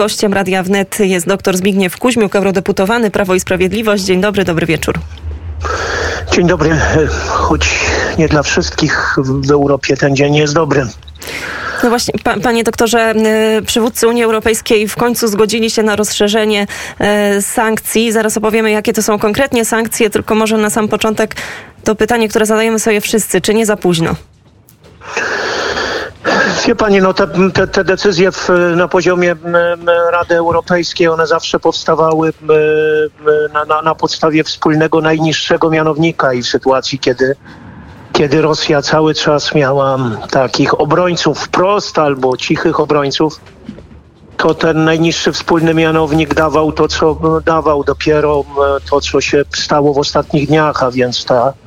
Gościem Radia Wnet jest dr Zbigniew Kuźmiuk, eurodeputowany Prawo i Sprawiedliwość. Dzień dobry, dobry wieczór. Dzień dobry, choć nie dla wszystkich w Europie ten dzień jest dobry. No właśnie, panie doktorze, przywódcy Unii Europejskiej w końcu zgodzili się na rozszerzenie sankcji. Zaraz opowiemy, jakie to są konkretnie sankcje, tylko może na sam początek to pytanie, które zadajemy sobie wszyscy. Czy nie za późno? Wie pani, no te decyzje na poziomie Rady Europejskiej, one zawsze powstawały na podstawie wspólnego najniższego mianownika i w sytuacji, kiedy Rosja cały czas miała takich obrońców wprost albo cichych obrońców, to ten najniższy wspólny mianownik dawał to, co dawał, dopiero to, co się stało w ostatnich dniach, a więc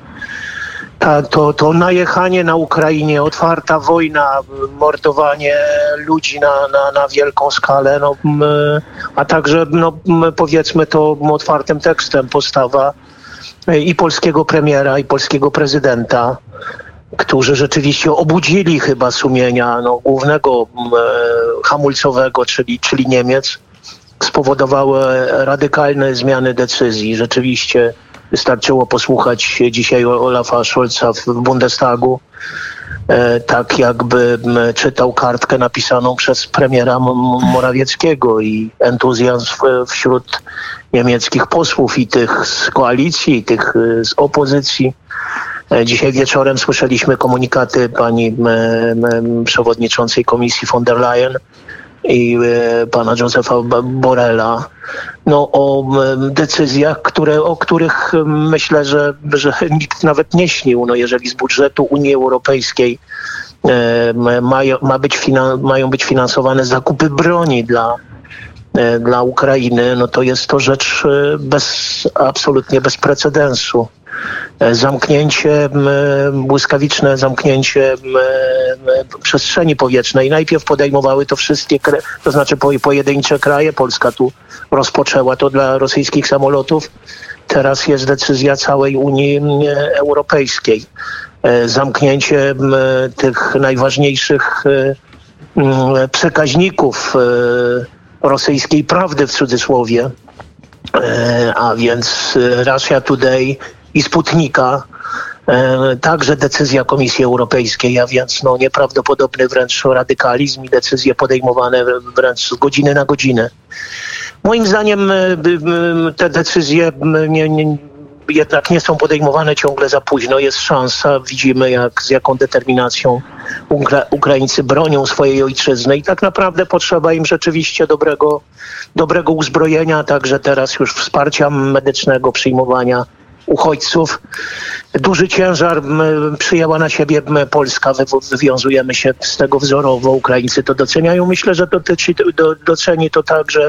to najechanie na Ukrainie, otwarta wojna, mordowanie ludzi na wielką skalę, a także, powiedzmy to otwartym tekstem, postawa i polskiego premiera, i polskiego prezydenta, którzy rzeczywiście obudzili chyba sumienia głównego hamulcowego, czyli Niemiec, spowodowały radykalne zmiany decyzji. Rzeczywiście wystarczyło posłuchać dzisiaj Olafa Scholza w Bundestagu, tak jakby czytał kartkę napisaną przez premiera Morawieckiego, i entuzjazm wśród niemieckich posłów i tych z koalicji, i tych z opozycji. Dzisiaj wieczorem słyszeliśmy komunikaty pani przewodniczącej Komisji von der Leyen i pana Josefa Borrella, o decyzjach, o których myślę, że nikt nawet nie śnił. Jeżeli z budżetu Unii Europejskiej mają być finansowane zakupy broni dla Ukrainy, to jest to rzecz absolutnie bez precedensu. Błyskawiczne zamknięcie przestrzeni powietrznej. Najpierw podejmowały to wszystkie, to znaczy pojedyncze kraje. Polska tu rozpoczęła to dla rosyjskich samolotów. Teraz jest decyzja całej Unii Europejskiej. Zamknięcie tych najważniejszych przekaźników rosyjskiej prawdy, w cudzysłowie, a więc Russia Today i Sputnika, także decyzja Komisji Europejskiej, a więc nieprawdopodobny wręcz radykalizm i decyzje podejmowane wręcz z godziny na godzinę. Moim zdaniem te decyzje jednak nie są podejmowane ciągle za późno. Jest szansa, widzimy z jaką determinacją Ukraińcy bronią swojej ojczyzny i tak naprawdę potrzeba im rzeczywiście dobrego uzbrojenia, a także teraz już wsparcia medycznego, przyjmowania uchodźców. Duży ciężar przyjęła na siebie Polska. Wywiązujemy się z tego wzorowo. Ukraińcy to doceniają. Myślę, że doceni to także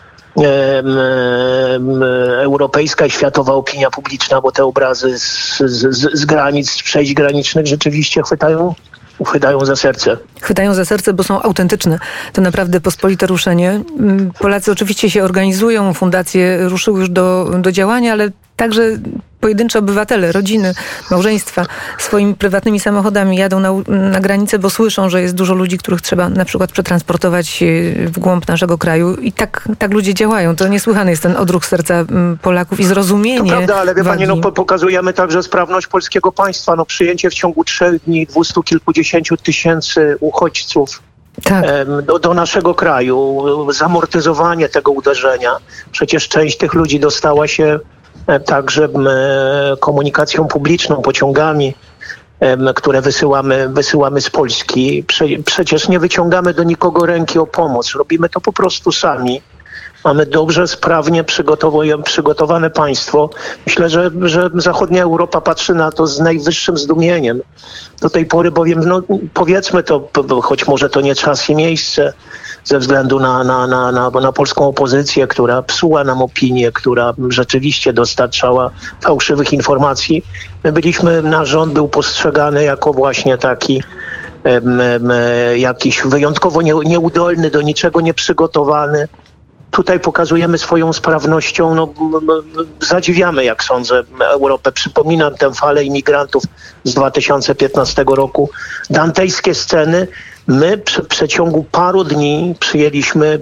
europejska i światowa opinia publiczna, bo te obrazy z granic, z przejść granicznych rzeczywiście chwytają za serce. Chwytają za serce, bo są autentyczne. To naprawdę pospolite ruszenie. Polacy oczywiście się organizują, fundacje ruszyły już do działania, ale także pojedyncze obywatele, rodziny, małżeństwa swoimi prywatnymi samochodami jadą na granicę, bo słyszą, że jest dużo ludzi, których trzeba na przykład przetransportować w głąb naszego kraju. I tak ludzie działają. To niesłychany jest ten odruch serca Polaków i zrozumienie. To prawda, ale wie pani, pokazujemy także sprawność polskiego państwa. Przyjęcie w ciągu 3 dni 200 kilkudziesięciu tysięcy uchodźców do naszego kraju, zamortyzowanie tego uderzenia. Przecież część tych ludzi dostała się także komunikacją publiczną, pociągami, które wysyłamy z Polski. Przecież nie wyciągamy do nikogo ręki o pomoc. Robimy to po prostu sami. Mamy dobrze, sprawnie przygotowane państwo. Myślę, że zachodnia Europa patrzy na to z najwyższym zdumieniem. Do tej pory bowiem, powiedzmy to, choć może to nie czas i miejsce, ze względu na polską opozycję, która psuła nam opinię, która rzeczywiście dostarczała fałszywych informacji. Nasz rząd był postrzegany jako właśnie taki jakiś wyjątkowo nieudolny, do niczego nieprzygotowany. Tutaj pokazujemy swoją sprawnością, zadziwiamy, jak sądzę, Europę. Przypominam tę falę imigrantów z 2015 roku. Dantejskie sceny. My w przeciągu paru dni przyjęliśmy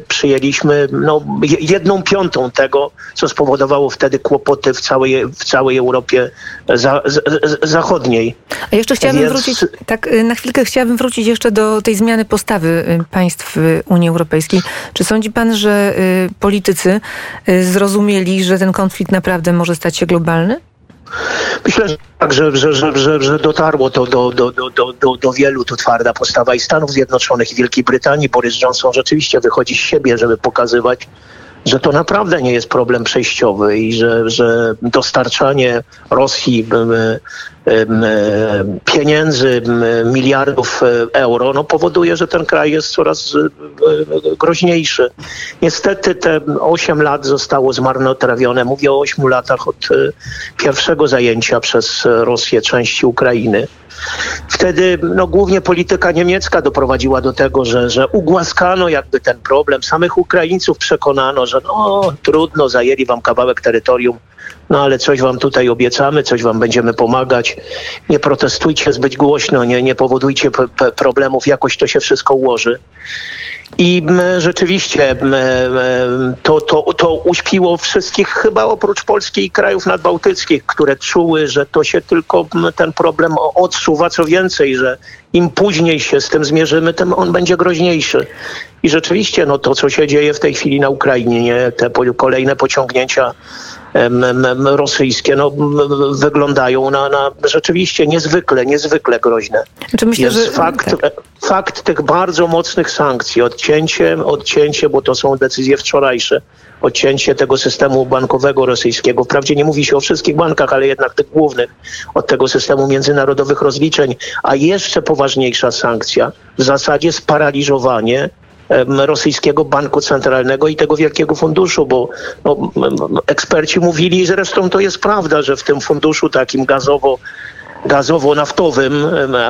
1/5 tego, co spowodowało wtedy kłopoty w całej Europie Zachodniej. A jeszcze chciałabym wrócić, tak na chwilkę chciałabym wrócić jeszcze do tej zmiany postawy państw Unii Europejskiej. Czy sądzi pan, że politycy zrozumieli, że ten konflikt naprawdę może stać się globalny? Myślę, że tak, że dotarło to do wielu, to twarda postawa i Stanów Zjednoczonych, i Wielkiej Brytanii. Boris Johnson rzeczywiście wychodzi z siebie, żeby pokazywać, że to naprawdę nie jest problem przejściowy i że dostarczanie Rosji pieniędzy, miliardów euro, powoduje, że ten kraj jest coraz groźniejszy. Niestety te 8 lat zostało zmarnotrawione. Mówię o 8 latach od pierwszego zajęcia przez Rosję części Ukrainy. Wtedy głównie polityka niemiecka doprowadziła do tego, że ugłaskano jakby ten problem. Samych Ukraińców przekonano, że trudno, zajęli wam kawałek terytorium, ale coś wam tutaj obiecamy, coś wam będziemy pomagać. Nie protestujcie zbyt głośno, nie powodujcie problemów, jakoś to się wszystko ułoży. I rzeczywiście to uśpiło wszystkich, chyba oprócz Polski i krajów nadbałtyckich, które czuły, że to się tylko ten problem odsuwa. Co więcej, że im później się z tym zmierzymy, tym on będzie groźniejszy. I rzeczywiście to, co się dzieje w tej chwili na Ukrainie, te kolejne pociągnięcia rosyjskie wyglądają na rzeczywiście niezwykle groźne. Znaczy myślę, że fakt tych bardzo mocnych sankcji, odcięcie, bo to są decyzje wczorajsze, odcięcie tego systemu bankowego rosyjskiego. Wprawdzie nie mówi się o wszystkich bankach, ale jednak tych głównych, od tego systemu międzynarodowych rozliczeń, a jeszcze poważniejsza sankcja, w zasadzie sparaliżowanie rosyjskiego banku centralnego i tego wielkiego funduszu, bo eksperci mówili, zresztą to jest prawda, że w tym funduszu takim gazowo-naftowym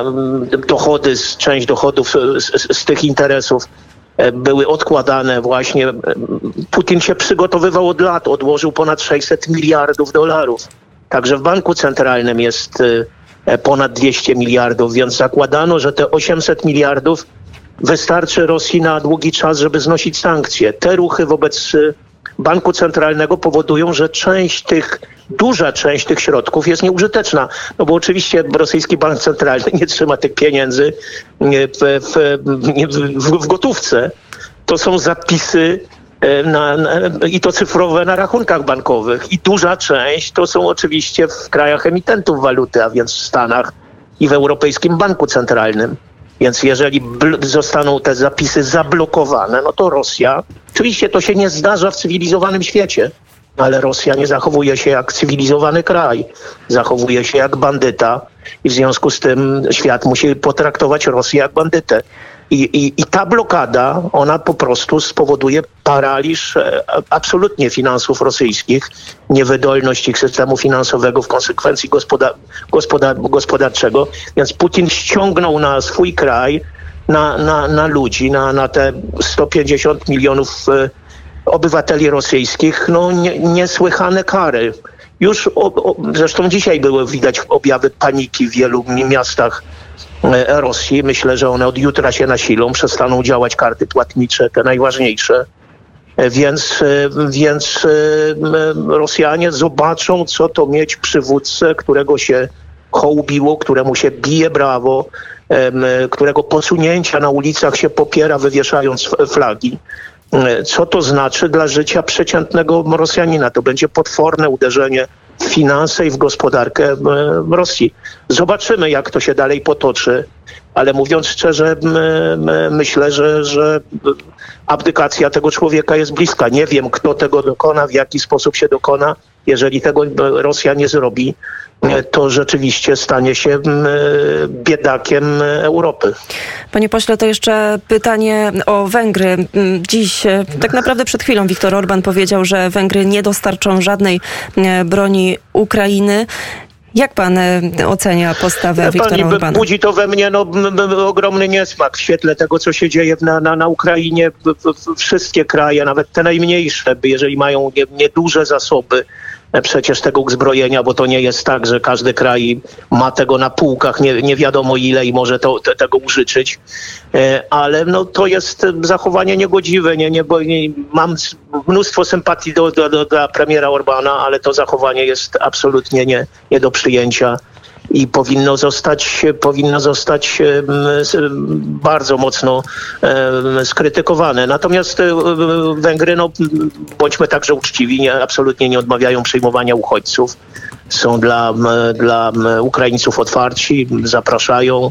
część dochodów z tych interesów były odkładane właśnie. Putin się przygotowywał od lat, odłożył ponad 600 miliardów dolarów. Także w banku centralnym jest ponad 200 miliardów, więc zakładano, że te 800 miliardów wystarczy Rosji na długi czas, żeby znosić sankcje. Te ruchy wobec banku centralnego powodują, że duża część tych środków jest nieużyteczna. Bo oczywiście rosyjski bank centralny nie trzyma tych pieniędzy w gotówce. To są zapisy i to cyfrowe na rachunkach bankowych. I duża część to są oczywiście w krajach emitentów waluty, a więc w Stanach i w Europejskim Banku Centralnym. Więc jeżeli zostaną te zapisy zablokowane, to Rosja, oczywiście to się nie zdarza w cywilizowanym świecie, ale Rosja nie zachowuje się jak cywilizowany kraj, zachowuje się jak bandyta i w związku z tym świat musi potraktować Rosję jak bandytę. I ta blokada, ona po prostu spowoduje paraliż absolutnie finansów rosyjskich, niewydolność ich systemu finansowego, w konsekwencji gospodarczego. Więc Putin ściągnął na swój kraj, na ludzi, na te 150 milionów obywateli rosyjskich, niesłychane kary. Już zresztą dzisiaj widać objawy paniki w wielu miastach Rosji. Myślę, że one od jutra się nasilą, przestaną działać karty płatnicze, te najważniejsze. Więc Rosjanie zobaczą, co to mieć przywódcę, którego się hołbiło, któremu się bije brawo, którego posunięcia na ulicach się popiera, wywieszając flagi. Co to znaczy dla życia przeciętnego Rosjanina? To będzie potworne uderzenie w finanse i w gospodarkę Rosji. Zobaczymy, jak to się dalej potoczy, ale mówiąc szczerze, myślę, że abdykacja tego człowieka jest bliska. Nie wiem, kto tego dokona, w jaki sposób się dokona. Jeżeli tego Rosja nie zrobi, to rzeczywiście stanie się biedakiem Europy. Panie pośle, to jeszcze pytanie o Węgry. Dziś, tak naprawdę przed chwilą Viktor Orbán powiedział, że Węgry nie dostarczą żadnej broni Ukrainy. Jak pan ocenia postawę Viktora Orbána? Budzi to we mnie ogromny niesmak w świetle tego, co się dzieje na Ukrainie. Wszystkie kraje, nawet te najmniejsze, jeżeli mają nieduże zasoby, przecież tego uzbrojenia, bo to nie jest tak, że każdy kraj ma tego na półkach, nie wiadomo ile i może tego użyczyć. Ale no, to jest zachowanie niegodziwe. Mam mnóstwo sympatii dla premiera Orbana, ale to zachowanie jest absolutnie nie do przyjęcia i powinno zostać bardzo mocno skrytykowane. Natomiast Węgry, no, bądźmy także uczciwi, absolutnie nie odmawiają przyjmowania uchodźców. Są dla Ukraińców otwarci, zapraszają,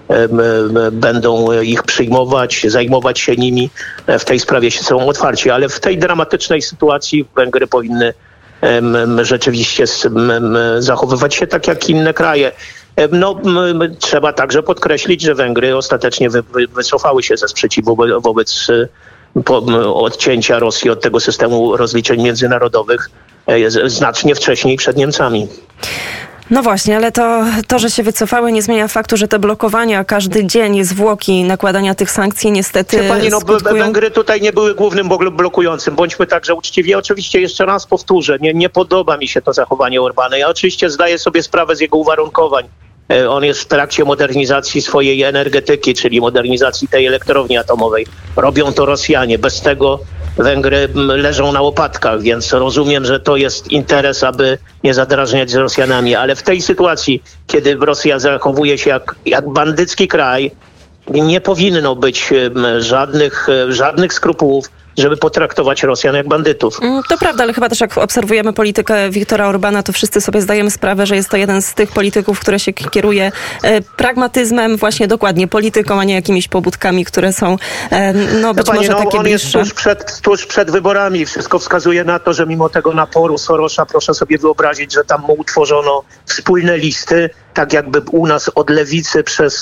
będą ich przyjmować, zajmować się nimi. W tej sprawie są otwarci, ale w tej dramatycznej sytuacji Węgry powinny rzeczywiście zachowywać się tak jak inne kraje. No, trzeba także podkreślić, że Węgry ostatecznie wycofały się ze sprzeciwu wobec odcięcia Rosji od tego systemu rozliczeń międzynarodowych znacznie wcześniej przed Niemcami. No właśnie, ale to, że się wycofały, nie zmienia faktu, że te blokowania, każdy dzień zwłoki nakładania tych sankcji niestety skutkują. Węgry tutaj nie były głównym blokującym. Bądźmy także uczciwi. Oczywiście jeszcze raz powtórzę, nie podoba mi się to zachowanie Orbana. Ja oczywiście zdaję sobie sprawę z jego uwarunkowań. On jest w trakcie modernizacji swojej energetyki, czyli modernizacji tej elektrowni atomowej. Robią to Rosjanie. Bez tego Węgry leżą na łopatkach, więc rozumiem, że to jest interes, aby nie zadrażniać z Rosjanami. Ale w tej sytuacji, kiedy Rosja zachowuje się jak bandycki kraj, nie powinno być żadnych skrupułów, żeby potraktować Rosjan jak bandytów. To prawda, ale chyba też jak obserwujemy politykę Viktora Orbana, to wszyscy sobie zdajemy sprawę, że jest to jeden z tych polityków, który się kieruje pragmatyzmem, właśnie dokładnie polityką, a nie jakimiś pobudkami, które są być może takie on bliższe. Jest tuż przed wyborami. Wszystko wskazuje na to, że mimo tego naporu Sorosza, proszę sobie wyobrazić, że tam mu utworzono wspólne listy, tak jakby u nas od lewicy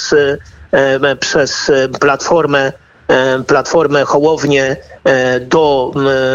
przez Platformę Hołownię do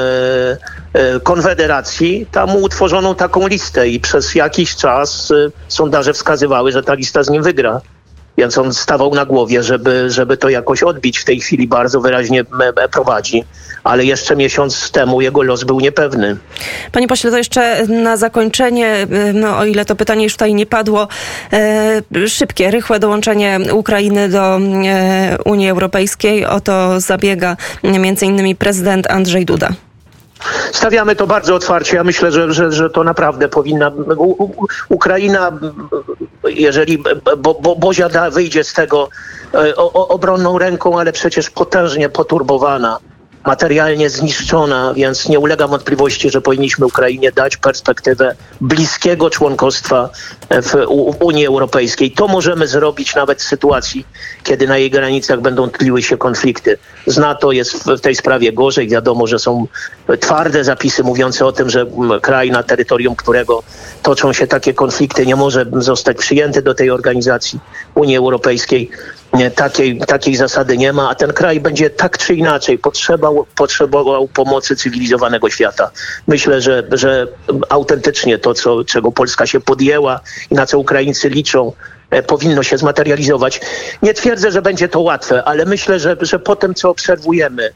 Konfederacji, tam mu utworzono taką listę i przez jakiś czas sondaże wskazywały, że ta lista z nim wygra. Więc on stawał na głowie, żeby to jakoś odbić. W tej chwili bardzo wyraźnie prowadzi, ale jeszcze miesiąc temu jego los był niepewny. Panie pośle, to jeszcze na zakończenie, o ile to pytanie już tutaj nie padło, szybkie, rychłe dołączenie Ukrainy do Unii Europejskiej. O to zabiega między innymi prezydent Andrzej Duda. Stawiamy to bardzo otwarcie. Ja myślę, że to naprawdę powinna... Ukraina, jeżeli Bozia wyjdzie z tego obronną ręką, ale przecież potężnie poturbowana, materialnie zniszczona, więc nie ulega wątpliwości, że powinniśmy Ukrainie dać perspektywę bliskiego członkostwa w Unii Europejskiej. To możemy zrobić nawet w sytuacji, kiedy na jej granicach będą tliły się konflikty. Z NATO jest w tej sprawie gorzej. Wiadomo, że są twarde zapisy mówiące o tym, że kraj, na terytorium którego toczą się takie konflikty, nie może zostać przyjęty do tej organizacji Unii Europejskiej. Takiej zasady nie ma, a ten kraj będzie tak czy inaczej potrzebował pomocy cywilizowanego świata. Myślę, że autentycznie to, czego Polska się podjęła i na co Ukraińcy liczą, powinno się zmaterializować. Nie twierdzę, że będzie to łatwe, ale myślę, że po tym, co obserwujemy,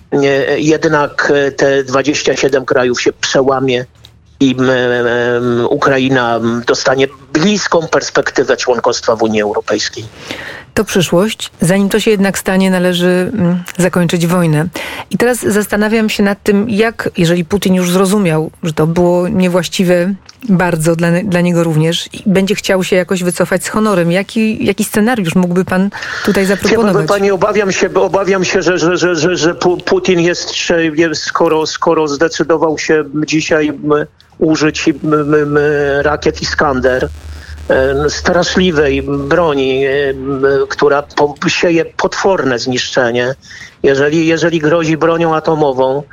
jednak te 27 krajów się przełamie i Ukraina dostanie bliską perspektywę członkostwa w Unii Europejskiej. To przyszłość. Zanim to się jednak stanie, należy zakończyć wojnę. I teraz zastanawiam się nad tym, jak, jeżeli Putin już zrozumiał, że to było niewłaściwe bardzo dla niego również i będzie chciał się jakoś wycofać z honorem, jaki scenariusz mógłby pan tutaj zaproponować? Pani, obawiam się, że Putin skoro zdecydował się dzisiaj użyć rakiet Iskander, straszliwej broni, która sieje potworne zniszczenie. Jeżeli grozi bronią atomową,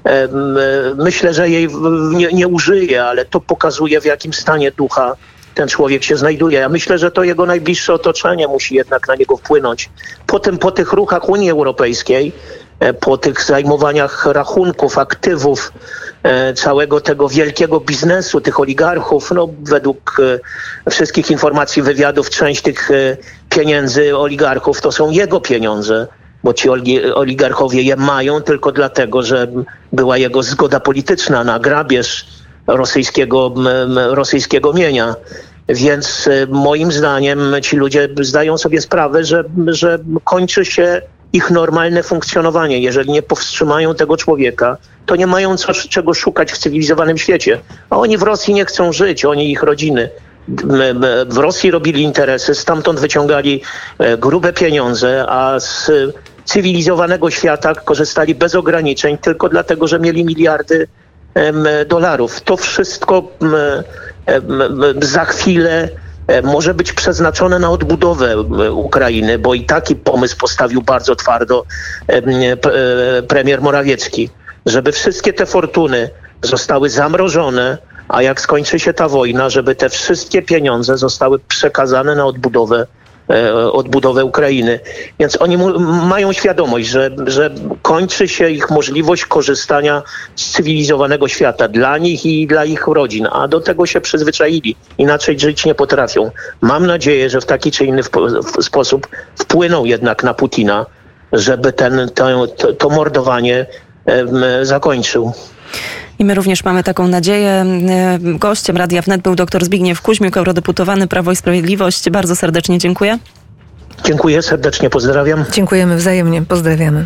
myślę, że jej nie użyje, ale to pokazuje, w jakim stanie ducha ten człowiek się znajduje. Ja myślę, że to jego najbliższe otoczenie musi jednak na niego wpłynąć. Po tych ruchach Unii Europejskiej, po tych zajmowaniach rachunków, aktywów, całego tego wielkiego biznesu, tych oligarchów, według wszystkich informacji wywiadów, część tych pieniędzy oligarchów to są jego pieniądze, bo ci oligarchowie je mają tylko dlatego, że była jego zgoda polityczna na grabież rosyjskiego mienia. Więc moim zdaniem ci ludzie zdają sobie sprawę, że kończy się ich normalne funkcjonowanie. Jeżeli nie powstrzymają tego człowieka, to nie mają czego szukać w cywilizowanym świecie. A oni w Rosji nie chcą żyć, oni i ich rodziny. W Rosji robili interesy, stamtąd wyciągali grube pieniądze, a z cywilizowanego świata korzystali bez ograniczeń tylko dlatego, że mieli miliardy dolarów. To wszystko za chwilę może być przeznaczone na odbudowę Ukrainy, bo i taki pomysł postawił bardzo twardo premier Morawiecki, żeby wszystkie te fortuny zostały zamrożone, a jak skończy się ta wojna, żeby te wszystkie pieniądze zostały przekazane na odbudowę Ukrainy. Więc oni mają świadomość, że kończy się ich możliwość korzystania z cywilizowanego świata dla nich i dla ich rodzin, a do tego się przyzwyczaili. Inaczej żyć nie potrafią. Mam nadzieję, że w taki czy inny sposób wpłyną jednak na Putina, żeby to mordowanie zakończył. I my również mamy taką nadzieję. Gościem Radia Wnet był dr Zbigniew Kuźmiuk, eurodeputowany Prawo i Sprawiedliwość. Bardzo serdecznie dziękuję. Dziękuję, serdecznie pozdrawiam. Dziękujemy wzajemnie, pozdrawiamy.